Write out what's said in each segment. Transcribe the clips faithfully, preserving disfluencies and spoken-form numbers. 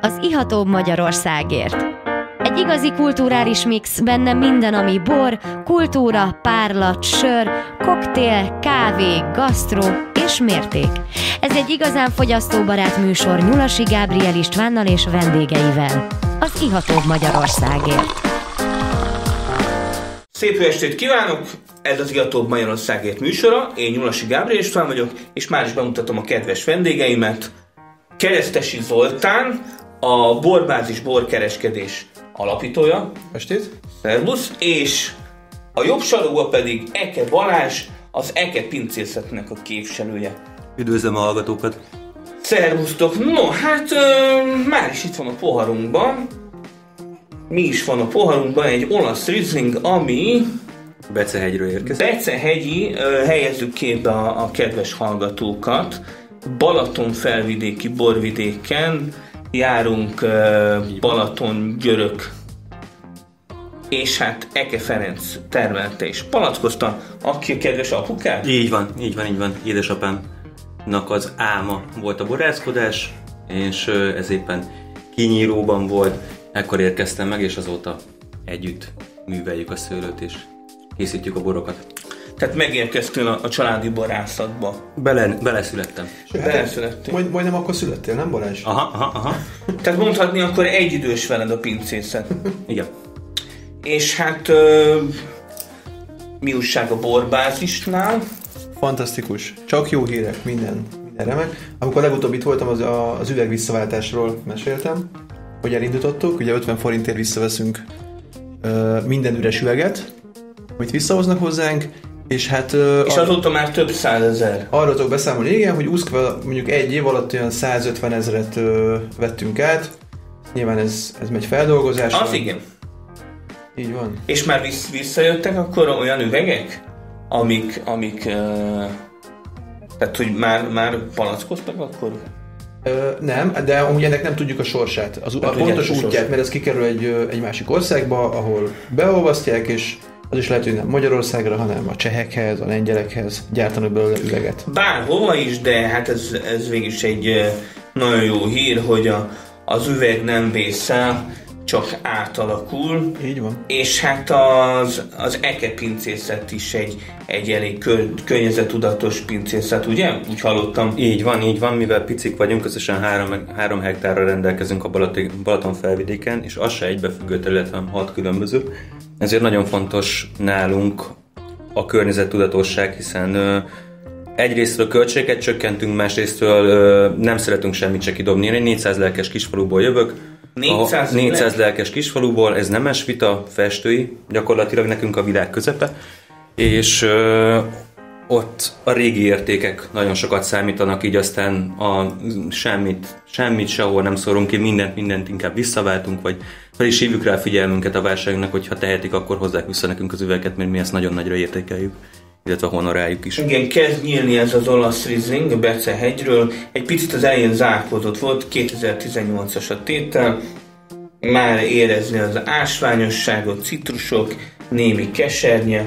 az ihatóbb Magyarországért. Egy igazi kulturális mix, benne minden, ami bor, kultúra, párlat, sör, koktél, kávé, gasztró és mérték. Ez egy igazán fogyasztóbarát műsor Nyulasi Gábriel Istvánnal és vendégeivel. Az ihatóbb Magyarországért. Szép jó estét kívánok! Ez az Ihatóbb Magyarországért műsora. Én Nyulasi Gábriel István vagyok, és már is bemutatom a kedves vendégeimet. Keresztesi Zoltán, a Borbázis borkereskedés alapítója. Estét! Szervusz! És a jobb sarokban pedig Eke Balázs, az Eke pincészetnek a képviselője. Üdvözlöm a hallgatókat! Szervusztok! No, hát ö, már is itt van a poharunkban. Mi is van a poharunkban? Egy olasz Riesling, ami... Becehegyről érkezik. Becehegyi, ö, helyezzük képbe a, a kedves hallgatókat. Balaton felvidéki borvidéken járunk uh, Balaton, Györök, és hát Eke Ferenc termelte és palackozta, aki a kedves apukád? Így van, így van, így van. Édesapámnak az álma volt a borászkodás, és uh, ez éppen kinyíróban volt. Ekkor érkeztem meg, és azóta együtt műveljük a szőlőt, és készítjük a borokat. Tehát megérkeztél a, a családi borászatba. Bele, beleszülettem. Beleszülettél. Majd, majdnem akkor születtél, nem Balázs? Aha, aha, aha. Tehát mondhatni, akkor egyidős veled a pincészet. Igen. És hát ö, mi újság a Borbázisnál? Fantasztikus. Csak jó hírek, minden, minden remek. Amikor legutóbb itt voltam, az, a, az üveg visszaváltásról meséltem, hogy elindítottuk. Ugye ötven forintért visszaveszünk ö, minden üres üveget, amit visszahoznak hozzánk. És hát... És azóta már több százezer. Arról tudok beszámolni, igen, hogy úszkva mondjuk egy év alatt olyan százötven ezret ö, vettünk át. Nyilván ez, ez megy feldolgozásra. Az igen. Így van. És már vissz, visszajöttek akkor olyan üvegek, amik, amik uh, tehát, hogy már, már palackoztak akkor? Ö, nem, de amúgy ennek nem tudjuk a sorsát, az, a pontos útját, mert ez kikerül egy, egy másik országba, ahol beolvasztják, és az is lehet, hogy nem Magyarországra, hanem a csehekhez, a lengyelekhez gyártanak belőle üveget. Bárhova is, de hát ez, ez végülis egy nagyon jó hír, hogy a, az üveg nem vészel, csak átalakul. Így van. És hát az, az Eke pincészet is egy, egy elég kö, környezettudatos pincészet, ugye? Úgy hallottam. Így van, így van, mivel picik vagyunk, összesen három, három hektárra rendelkezünk a Balaton, Balaton felvidéken, és az se egybefüggő terület, hanem hat különböző. Ezért nagyon fontos nálunk a környezettudatosság, hiszen ö, egyrésztről költségeket csökkentünk, másrésztről ö, nem szeretünk semmit se kidobni. Én egy négyszáz lelkes kisfaluból jövök. négyszáz, négyszáz lelkes kisfaluból, ez nemes vita, festői, gyakorlatilag nekünk a világ közepe, és ö, ott a régi értékek nagyon sokat számítanak, így aztán a semmit, semmit sehol nem szórunk ki, mindent, mindent inkább visszaváltunk, vagy fel is hívjuk rá a figyelmünket a vásárlóknak, hogy ha tehetik, akkor hozzák vissza nekünk az üveget, mert mi ezt nagyon nagyra értékeljük, illetve honoráljuk is. Igen, kezd nyílni ez az olasz Riesling a Becehegyről. Egy picit az elején zárkózott volt, kétezer-tizennyolcas a tétel. Már érezni az ásványosságot, citrusok, némi kesernye.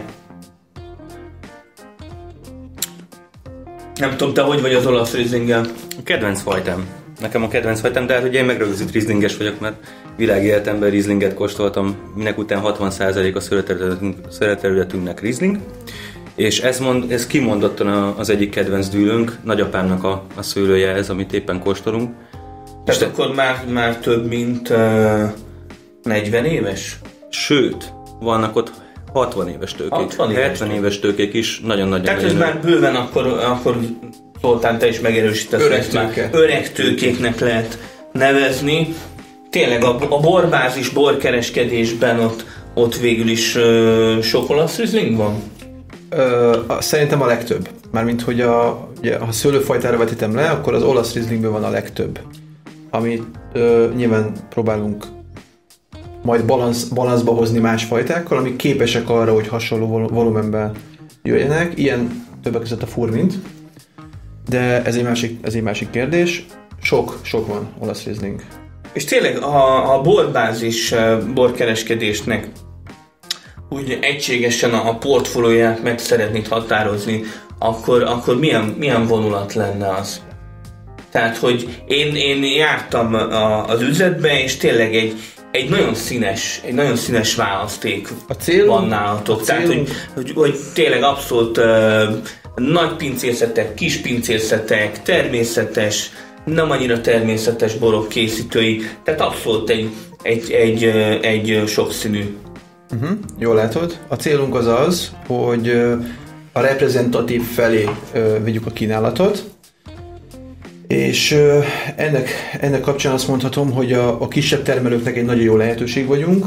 Nem tudom, te hogy vagy az olasz Rieslinggel? A kedvenc fajtám. Nekem a kedvenc fajtám, de hát ugye én megrögzült Rieslinges vagyok, mert világéletemben Rieslinget kóstoltam, minek után hatvan százalék a szőlőterületünknek Riesling. És ez, mond, ez kimondottan az egyik kedvenc dűlőnk, nagyapámnak a, a szőlője ez, amit éppen kóstolunk. Tehát és akkor már, már több mint uh, negyven éves? Sőt, vannak ott hatvan éves tőkék, hetven éves tőkék is, nagyon-nagyon. Tehát ez már bőven akkor, akkor Zoltán, te is megerősítesz, öreg, már öreg tőkéknek lehet nevezni. Tényleg a, a borbázis, borkereskedésben ott, ott végül is uh, sok olasz Riesling van? Ö, szerintem a legtöbb. Mármint, hogy a, ugye, ha szőlőfajtára vetítem le, akkor az olasz Rieslingben van a legtöbb. Amit ö, nyilván próbálunk majd balansz, balanszba hozni más fajtákkal, amik képesek arra, hogy hasonló vol- volumenben jöjjenek. Ilyen többek között a furmint. De ez egy másik, ez egy másik kérdés. Sok, sok van olasz Riesling. És tényleg a, a borbázis borkereskedésnek úgy egységesen a portfólióját meg szeretnéd határozni, akkor, akkor milyen, milyen vonulat lenne az? Tehát, hogy én, én jártam a, az üzletbe, és tényleg egy, egy nagyon színes, egy nagyon színes választék a célunk, van nálatok. Tehát, hogy, hogy, hogy tényleg abszolút uh, nagy pincészetek, kis pincészetek, természetes, nem annyira természetes borok készítői, tehát abszolút egy, egy, egy, egy sokszínű. Uh-huh, jól látod. A célunk az az, hogy a reprezentatív felé vigyük a kínálatot, és ennek, ennek kapcsán azt mondhatom, hogy a, a kisebb termelőknek egy nagyon jó lehetőség vagyunk,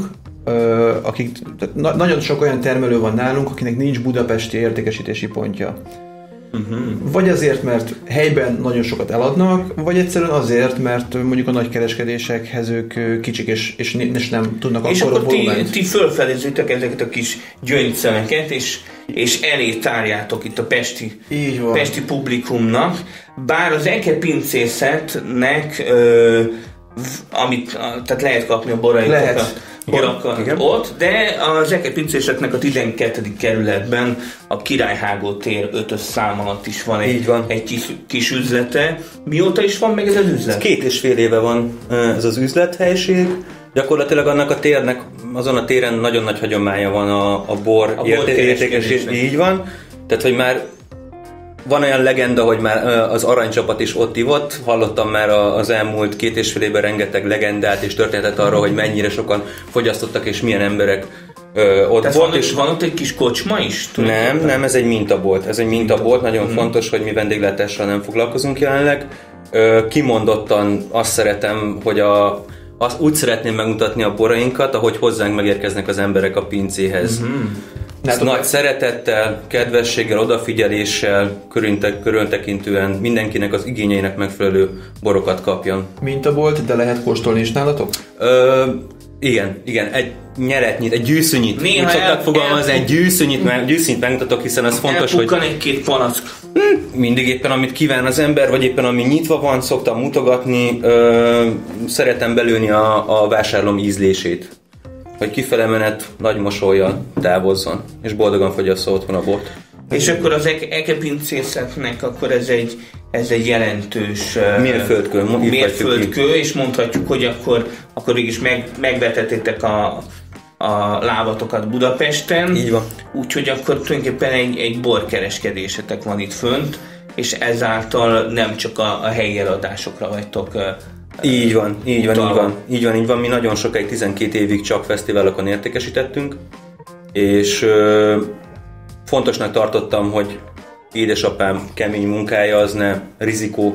akik, na, nagyon sok olyan termelő van nálunk, akinek nincs budapesti értékesítési pontja. Uh-huh. Vagy azért, mert helyben nagyon sokat eladnak, vagy egyszerűen azért, mert mondjuk a nagykereskedésekhez ők kicsik, és, és, és nem tudnak és akkor a volument. És akkor ti, ti fölfedezőtek ezeket a kis gyöngyszemeket, és, és elé tárjátok itt a pesti, pesti publikumnak. Bár az ekepincészetnek, ö, amit, tehát lehet kapni a boraikat a borokat ott, de az ekepincészetnek a tizenkettedik kerületben a Királyhágó tér ötös szám alatt is van egy, van. egy kis, kis üzlete. Mióta is van meg ez az üzlet? Két és fél éve van ez az üzlethelyiség. Gyakorlatilag annak a térnek, azon a téren nagyon nagy hagyománya van a, a bor, a bor értékesítés. Így van. Tehát, hogy már van olyan legenda, hogy már az aranycsapat is ott ivott. Hallottam már az elmúlt két és fél évben rengeteg legendát és történetet arról, hogy mennyire sokan fogyasztottak és milyen emberek ö, ott Tehát volt. Van, és van ott egy kis kocsma is? Nem, nem, ez egy mintabolt. Ez egy mintabolt. Nagyon hmm. fontos, hogy mi vendéglátással nem foglalkozunk jelenleg. Ö, kimondottan azt szeretem, hogy a azt úgy szeretném megmutatni a borainkat, ahogy hozzánk megérkeznek az emberek a pincéhez. Mm-hmm. Ezt nagy szeretettel, kedvességgel, odafigyeléssel, körültekintően mindenkinek az igényeinek megfelelő borokat kapjon. Mintabolt, de lehet kóstolni is nálatok? Ö, igen, igen, egy nyeretnyit, egy gyűszűnyit. Néha úgy szoktak fogalmazni, egy gyűszűnyit, meg, gyűszűnyit megmutatok, hiszen az fontos, hogy... Elpukkan egy-két palack. Mindig éppen amit kíván az ember, vagy éppen ami nyitva van, szoktam mutogatni, ö, szeretem belőni a, a vásárlóm ízlését. Hogy kifele menet nagy mosollyal távozzon, és boldogan fogyassza otthon a bort. És akkor az ekepincészetnek akkor ez egy, ez egy jelentős mérföldkő, mérföldkő, és mondhatjuk, hogy akkor, akkor mégis meg, megvetettétek a, a lábatokat Budapesten. Így van. Úgyhogy akkor tulajdonképpen egy, egy borkereskedésetek van itt fönt, és ezáltal nem csak a, a helyi eladásokra vagytok. Így van, így van, így van, így van, így van. Mi nagyon sokáig, tizenkét évig csak fesztiválokon értékesítettünk, és ö, fontosnak tartottam, hogy édesapám kemény munkája az ne rizikó,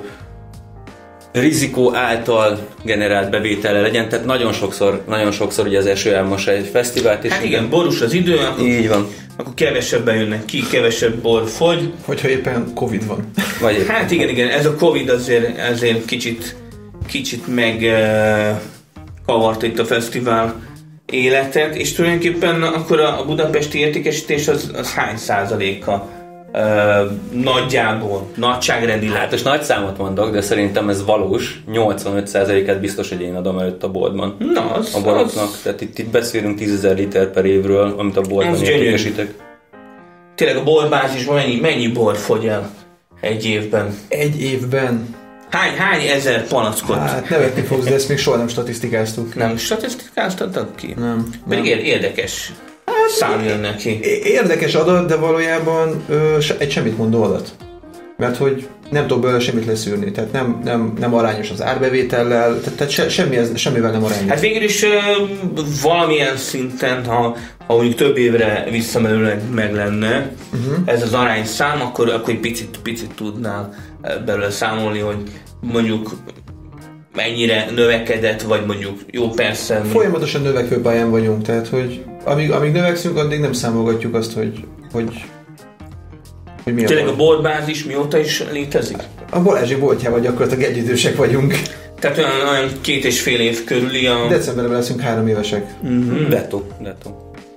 rizikó által generált bevétele legyen, tehát nagyon sokszor, nagyon sokszor ugye az eső elmossa egy fesztivált. És hát igen, borús az idő, akkor, így van. Akkor kevesebben jönnek ki, kevesebb bor fogy. Hogyha éppen Covid van. Vagy hát igen, igen, ez a Covid azért, azért kicsit kicsit megkavarta uh, itt a fesztivál életet, és tulajdonképpen akkor a, a budapesti értékesítés az, az hány százaléka uh, nagyjából, nagyságrendileg? Hát most nagy számot mondok, de szerintem ez valós, nyolcvanöt százalékát biztos, hogy én adom előtt a boltban. Na, az, a boroknak, az... tehát itt, itt beszélünk tízezer liter per évről, amit a boltban értékesítek. Tényleg a borbázisban mennyi, mennyi bor fogy el egy évben? Egy évben? Hány, hány ezer palackot? Hát nevetni fogsz, de ezt még soha nem statisztikáztuk. Nem statisztikáztatok ki? Nem. Pedig nem. Érdekes hát, szám jön neki. Érdekes adat, de valójában ö, egy semmit mondó adat. Mert hogy nem tudok belőle semmit leszűrni, tehát nem, nem, nem arányos az árbevétellel, tehát, tehát se, semmi, semmivel nem arányos. Hát végül is ö, valamilyen szinten, ha, ha mondjuk több évre visszamenőleg meg lenne uh-huh. ez az arányszám, akkor, akkor egy picit, picit tudnál belőle számolni, hogy mondjuk mennyire növekedett, vagy mondjuk jó persze... Folyamatosan növekvő pályán vagyunk, tehát hogy amíg, amíg növekszünk, addig nem számolgatjuk azt, hogy, hogy, hogy mi a tényleg a borbázis mióta is létezik? A Balázsi boltjával gyakorlatilag egyidősek vagyunk. Tehát olyan, olyan két és fél év körüli a... Decemberben leszünk három évesek. Mm-hmm. Detto, detto.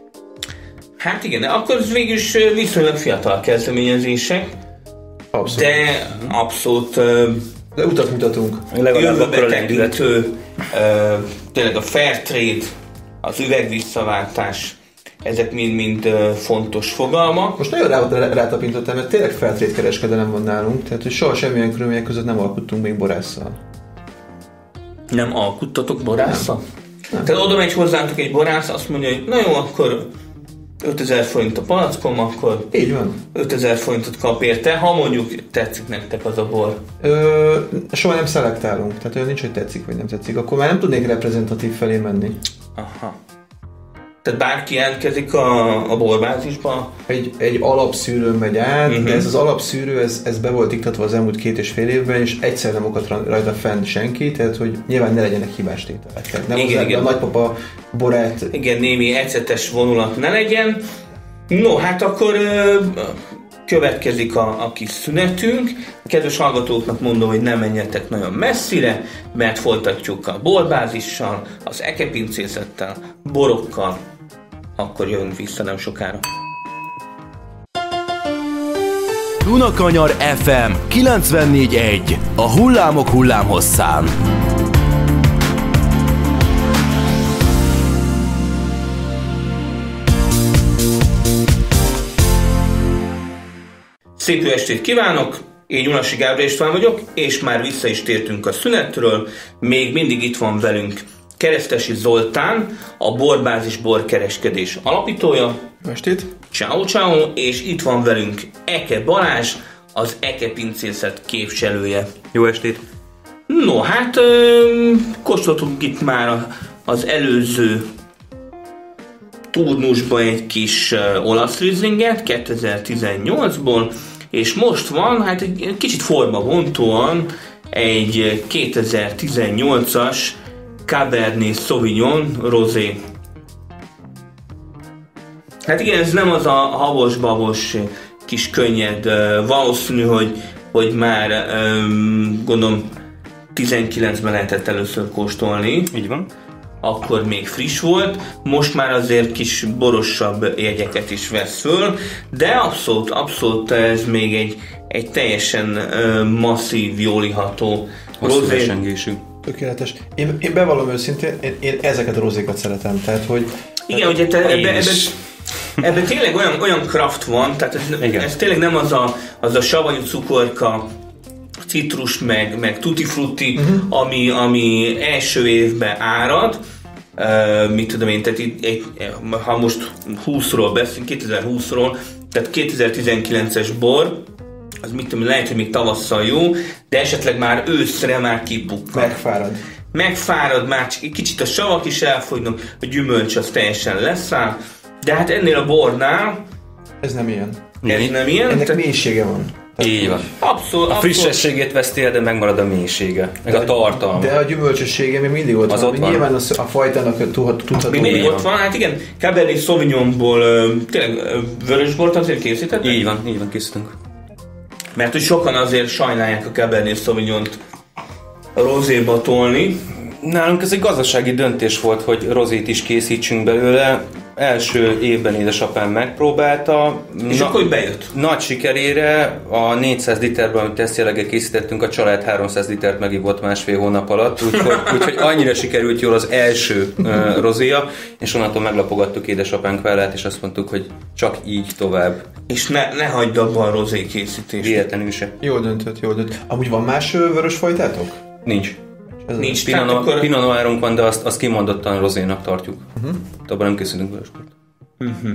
Hát igen, de akkor ez végül is viszonylag fiatal kezdeményezések. Abszolút. De abszolút... De utat mutatunk. Jövőbe tekintő, tényleg a fair trade, az üvegvisszaváltás, ezek mind-mind fontos fogalmak. Most nagyon rá, rátapintottam, mert tényleg Fairtrade kereskedelem van nálunk, tehát hogy soha semmilyen körülmények között nem alkuttunk még borásszal. Nem alkuttatok borásszal? Nem. Tehát oda megy hozzántok egy borász, azt mondja, hogy na jó, akkor ötezer forint a palackom, akkor így van. ötezer forintot kap érte, ha mondjuk tetszik nektek az a bor. Ö, soha nem szelektálunk, tehát olyan nincs, hogy tetszik vagy nem tetszik, akkor már nem tudnék reprezentatív felé menni. Aha. Tehát bárki jelentkezik a, a borbázisba? Egy, egy alapszűrőn megy át, uh-huh. de ez az alapszűrő, ez, ez be volt iktatva az elmúlt két és fél évben, és egyszer nem okadt rajta fenn senki, tehát hogy nyilván ne legyenek hibás tételek. Tehát nem igen, igen. A nagypapa borát... Igen, némi ecetes vonulat ne legyen. No, hát akkor ö, következik a, a kis szünetünk. A kedves hallgatóknak mondom, hogy nem menjetek nagyon messzire, mert folytatjuk a borbázissal, az ekepincészettel, borokkal, akkor jövünk vissza nem sokára. Dunakanyar ef em kilencvennégy egy, a hullámok hullámhosszán. Szép jó estét kívánok! Én Nyulasi Gábor István vagyok, és már vissza is tértünk a szünetről. Még mindig itt van velünk Keresztesi Zoltán, a Borbázis borkereskedés alapítója. Estét! Ciao, ciao! És itt van velünk Eke Balázs, az Eke pincészet képviselője. Jó estét! No, hát ö, kóstoltunk itt már az előző turnusban egy kis uh, olasz rizlinget kétezer-tizennyolcból, és most van, hát egy kicsit formavontóan egy kétezer-tizennyolcas Cabernet Sauvignon Rosé. Hát igen, ez nem az a habos-babos kis könnyed, uh, valószínű, hogy, hogy már um, gondolom tizenkilencben lehetett először kóstolni. Így van. Akkor még friss volt, most már azért kis borosabb jegyeket is vesz föl, de abszolút, abszolút ez még egy, egy teljesen uh, masszív, jól iható rozé. Tökéletes. Én, én bevallom őszintén, én, én ezeket a rozékat szeretem, tehát hogy... Igen, ugye te ebben ebbe, ebbe tényleg olyan, olyan craft van, tehát ez, ez tényleg nem az a, az a savanyú cukorka, citrus, meg, meg tutti frutti, uh-huh. ami, ami első évben árad. Uh, mit tudom én, tehát itt, egy, ha most húszról beszélünk, kétezer-húszról, tehát kétezer-tizenkilences bor, az mit tudom, lehet, hogy még tavasszal jó, de esetleg már őszre már kipukkad. Megfárad. Megfárad, már egy kicsit a savak is elfogynak, a gyümölcs az teljesen leszáll, de hát ennél a bornál ez nem ilyen. Ez nem ilyen. Ennek tehát mélysége van. Így van. Abszolút, a frissességét veszti el, de megmarad a mélysége, meg de a tartalma. De a gyümölcsössége még mindig ott az van. Ott van. Nyilván a fajtának tudható. Még mindig ott van, hát igen, Cabernet Sauvignonból tényleg vörösbort azért készítettek? Így van, így van, készítünk. Mert hogy sokan azért sajnálják a Cabernet Sauvignont rozéba tolni. Nálunk ez egy gazdasági döntés volt, hogy rozét is készítsünk belőle. Első évben édesapám megpróbálta. És Na, akkor bejött? Nagy sikerére a négyszáz literben, amit tesztjelleggel készítettünk, a család háromszáz litert megivott másfél hónap alatt, úgyhogy, úgyhogy annyira sikerült jól az első uh, rozéja, és onnantól meglapogattuk édesapánk vállát, és azt mondtuk, hogy csak így tovább. És ne, ne hagyd abba a rozé készítést. Véletlenül se. Jól döntött, jól döntött. Amúgy van más vörös fajtátok? Nincs. Nincs. Pinot, akkor... Pinot Noirunk van, de azt, azt kimondottan rozénak tartjuk. Uh-huh. Abban nem készülünk vörösbort. Uh-huh.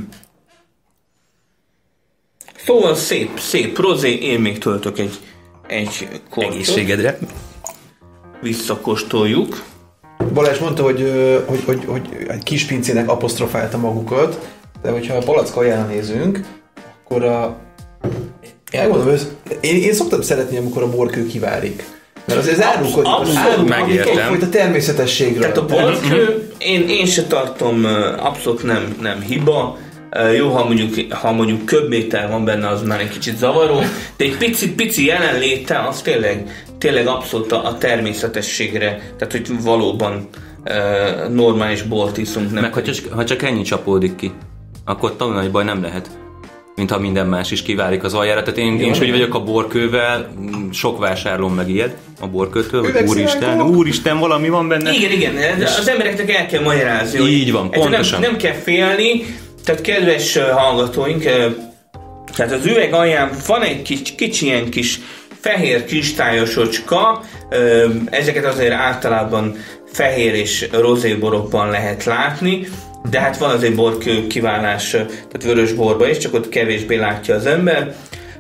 Szóval szép, szép rozé, én még töltök egy, egy kortot. Egészségedre. Visszakóstoljuk. Balázs mondta, hogy, hogy, hogy, hogy egy kis pincének apostrofálta magukat, de hogyha a palacka aljára nézünk, akkor a... Elmondom, én, én szoktam szeretni, amikor a borkő kiválik. Mert azért árulkodik, árulkodik egyfajta természetességről. Tehát a borkő, én, én se tartom, abszolút nem, nem hiba. Jó, ha mondjuk, ha mondjuk köbméter van benne, az már egy kicsit zavaró, de egy pici-pici jelenléte, az tényleg, tényleg abszolút a természetességre, tehát hogy valóban uh, normális bort iszunk. Nem. Meg ha csak, ha csak ennyi csapódik ki, akkor tan nagy baj nem lehet. Mint ha minden más is kiválik az aljára. Tehát én, én is úgy vagyok a borkővel, sok vásárlom meg ilyet a borkőtől, hogy úristen, úristen, valami van benne. Igen, igen, az embereknek el kell magyarázni. Így van, pontosan. Nem, nem kell félni, Tehát kedves hallgatóink, tehát az üveg alján van egy kicsi, kicsi ilyen kis fehér kristályosocska, ezeket azért általában fehér és rozéborokban lehet látni, de hát van azért bor kiválás, tehát vörös borba is, csak ott kevésbé látja az ember.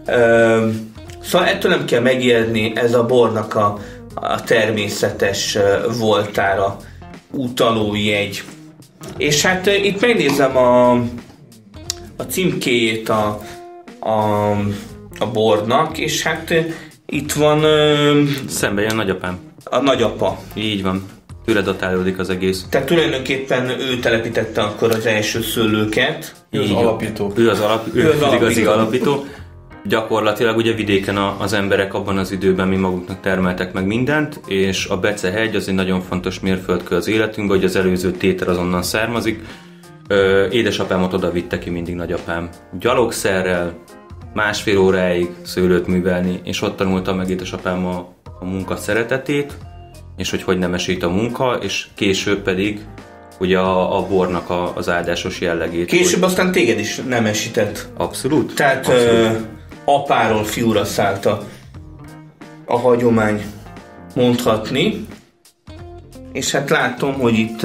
Szóval ettől nem kell megijedni, ez a bornak a, a természetes voltára utaló jegy. És hát itt megnézem a, a címkéjét a, a, a bornak, és hát itt van... Szemben jön nagyapám. A nagyapa. Így van. Tőle datálódik az egész. Tehát tulajdonképpen ő telepítette akkor az első szőlőket. Ő az alapító. Ő az, alap, ő ő az, az alapító. igazi alapító. Gyakorlatilag ugye vidéken az emberek abban az időben mi maguknak termeltek meg mindent, és a Becehegy az egy nagyon fontos mérföldkő az életünkben, hogy az előző tétel azonnan származik. Édesapámot oda vitte ki mindig nagyapám. Gyalogszerrel másfél óráig szőlőt művelni, és ott tanultam meg édesapám a, a munka szeretetét, és hogy hogy nemesít a munka, és később pedig ugye a, a bornak a, az áldásos jellegét. Később hogy... aztán téged is nemesített. Abszolút. Tehát Abszolút. Ö, apáról fiúra szállt a, a hagyomány, mondhatni. És hát látom, hogy itt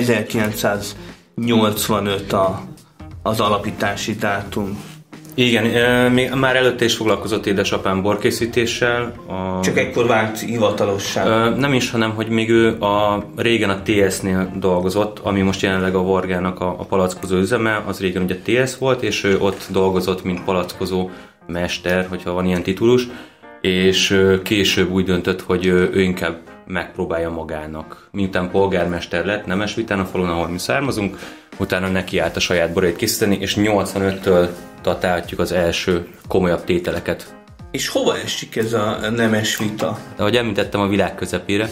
ezerkilencszáznyolcvanöt a, az alapítási dátum. Igen, e, még már előtte is foglalkozott édesapám borkészítéssel. A... Csak ekkor vált hivatalossá. E, nem is, hanem hogy még ő a, régen a té es-nél dolgozott, ami most jelenleg a Vargának a, a palackozó üzeme, az régen ugye té es volt, és ő ott dolgozott, mint palackozó mester, hogyha van ilyen titulus, és később úgy döntött, hogy ő inkább megpróbálja magának. Miután polgármester lett Nemesvitán, a falun, ahol mi származunk, utána nekiállt a saját borét készíteni, és nyolcvanöttől datálhatjuk az első komolyabb tételeket. És hova esik ez a Nemesvita? De ahogy említettem, a világ közepére.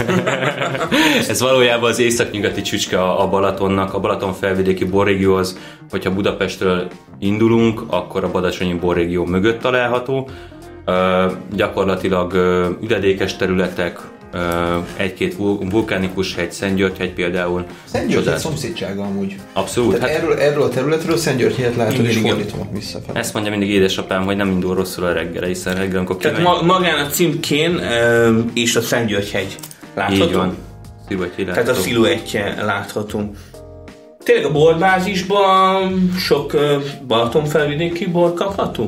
Ez valójában az északnyugati csücske a Balatonnak. A Balaton felvidéki borrégió az, hogyha Budapestről indulunk, akkor a badacsonyi borrégió mögött található. Uh, gyakorlatilag uh, üledékes területek, uh, egy-két vulkánikus hegy, Szentgyörgy-hegy például. Szentgyörgy szomszédsága amúgy. Abszolút. Hát erről, erről a területről Szentgyörgy-helyet látod, és fordítom visszafelé. Ezt mondja mindig édesapám, hogy nem indul rosszul a reggel, hiszen reggel, amikor Tehát kimegy... ma, magán a címkén e, és a Szentgyörgy-hegy látható? Így van. Sziluettje Tehát a sziluettje látható. Tényleg a borbázisban sok e, Balatonfelvidéki bor kapható?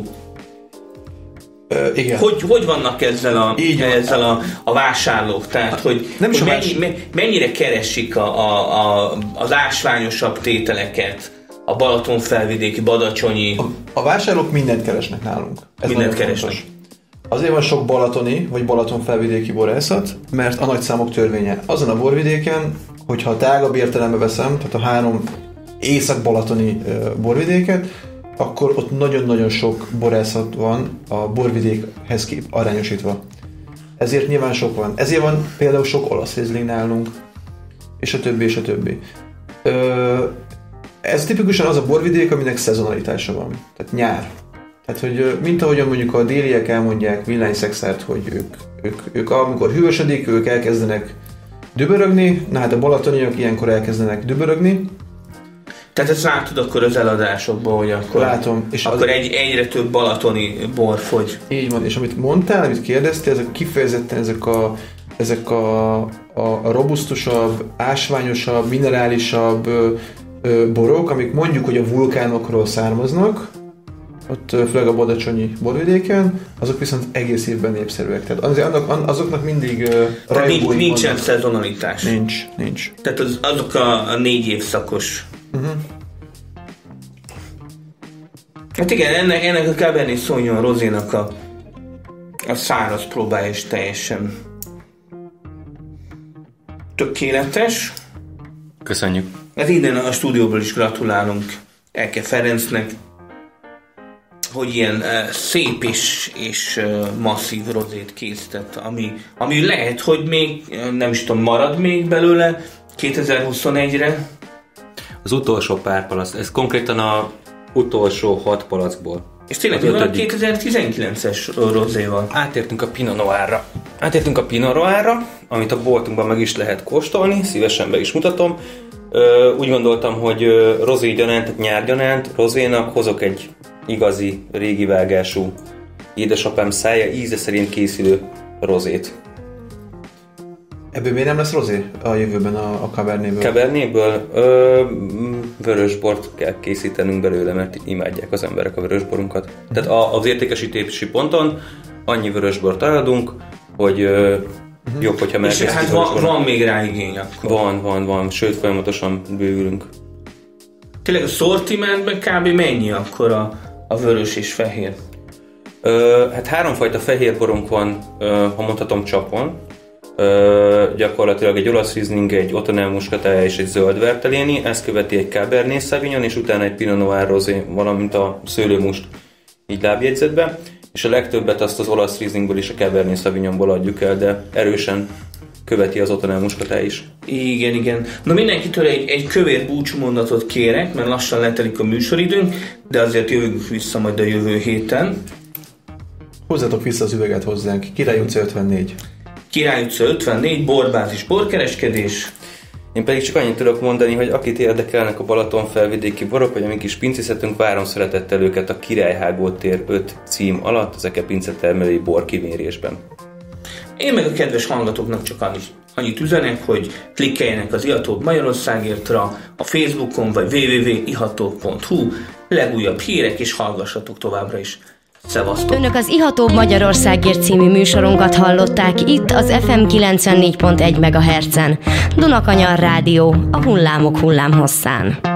Ö, igen. Hogy, hogy vannak ezzel a, Így van. ezzel a, a vásárlók? Tehát, hogy, nem is hogy a mennyi, vás... me, mennyire keresik a, a, a, az ásványosabb tételeket, a Balatonfelvidéki, badacsonyi... A, a vásárlók mindent keresnek nálunk. Ez Mindent nagyon keresnek. fontos. Azért van sok balatoni, vagy Balatonfelvidéki borászat, mert a nagyszámok törvénye. Azon a borvidéken, hogyha a tágabb értelembe veszem, tehát a három észak-balatoni uh, borvidéket, akkor ott nagyon-nagyon sok borászat van a borvidékhez kép arányosítva. Ezért nyilván sok van. Ezért van például sok olasz Riesling nálunk, és a többi, és a többi. Ö, ez tipikusan az a borvidék, aminek szezonalitása van. Tehát nyár. Tehát, hogy mint ahogyan mondjuk a déliek elmondják villanyszexárt, hogy ők, ők, ők amikor hűvösödik, ők elkezdenek dübörögni, na hát a balatoniak ilyenkor elkezdenek dübörögni. Tehát ezt látod akkor az eladásokban, hogy akkor, Látom, és akkor az... egy, egyre több balatoni bor fogy. Így van, és amit mondtál, amit kérdeztél, ezek kifejezetten ezek a, ezek a, a, a robusztusabb, ásványosabb, minerálisabb ö, ö, borok, amik mondjuk, hogy a vulkánokról származnak, ott főleg a badacsonyi borvidéken, azok viszont egész évben népszerűek. Tehát annak, azoknak mindig uh, rajongói nincsen vannak. Szezonalitás. Nincs, nincs. Tehát az, azok a, a négy évszakos. Uh-huh. Hát igen, ennek, ennek a Cabernet Sauvignon rozénak a, a száraz próbája is teljesen tökéletes. Köszönjük. Hát innen a stúdióból is gratulálunk Elke Ferencnek, hogy ilyen uh, szép és, és uh, masszív rozét készített, ami, ami lehet, hogy még, nem is tudom, marad még belőle kétezer-huszonegyre. Az utolsó pár palack, ez konkrétan a utolsó hat palackból És tényleg van a kétezer-tizenkilences rozéval. Átértünk a Pinot Noirra. Átértünk a Pinot Noirra, amit a boltunkban meg is lehet kóstolni, szívesen be is mutatom. Úgy gondoltam, hogy rozé gyanánt, tehát nyár gyanánt, rozénak hozok egy igazi, régi vágású, édesapám szája íze szerint készülő rozét. Ebből miért nem lesz rozé a jövőben a, a Cabernetből? Cabernetből ö, vörösbort kell készítenünk belőle, mert imádják az emberek a vörösborunkat. Tehát a, az értékesítési ponton annyi vörösbort adunk, hogy ö, uh-huh. jobb, hogyha megkezdjük. És hát van, van még rá igény akkor. Van, van, van, sőt folyamatosan bővülünk. Tényleg a szortimentben kb. Mennyi akkor a, a vörös és fehér? Ö, hát háromfajta fehérborunk van, ö, ha mondhatom csapon. Ö, gyakorlatilag egy olasz Riesling, egy Ottonel Muscatel és egy zöld Vertellini, ezt követi egy Cabernet Sauvignon, és utána egy Pinot Noir rosé, valamint a szőlőmust így lábjegyzetbe, és a legtöbbet azt az olasz Rieslingből és a Cabernet Sauvignonból adjuk el, de erősen követi az Ottonel Muscatel is. Igen, igen. Na mindenkitől egy, egy kövér búcsúmondatot kérek, mert lassan letelik a műsoridőnk, de azért jövünk vissza majd a jövő héten. Hozzatok vissza az üveget hozzánk, Király utca ötvennégy. Király utca ötvennégy, borbázis, borkereskedés. Én pedig csak annyit tudok mondani, hogy akit érdekelnek a Balaton felvidéki borok, vagy a mi kis pincészetünk, várom szeretettel őket a Királyhágó tér öt cím alatt az Eke Pince termelői borkivérésben. Én meg a kedves hallgatóknak csak annyit, annyit üzenek, hogy klikkeljenek az Ihatóbb Magyarországértra a Facebookon, vagy double-u double-u double pont ihatóbb pont hu, legújabb hírek, és hallgassatok továbbra is. Szevasztok! Önök az Ihatóbb Magyarországért című műsorunkat hallották itt az ef em kilencvennégy pont egy megahertzen. Dunakanyar Rádió, a hullámok hullámhosszán.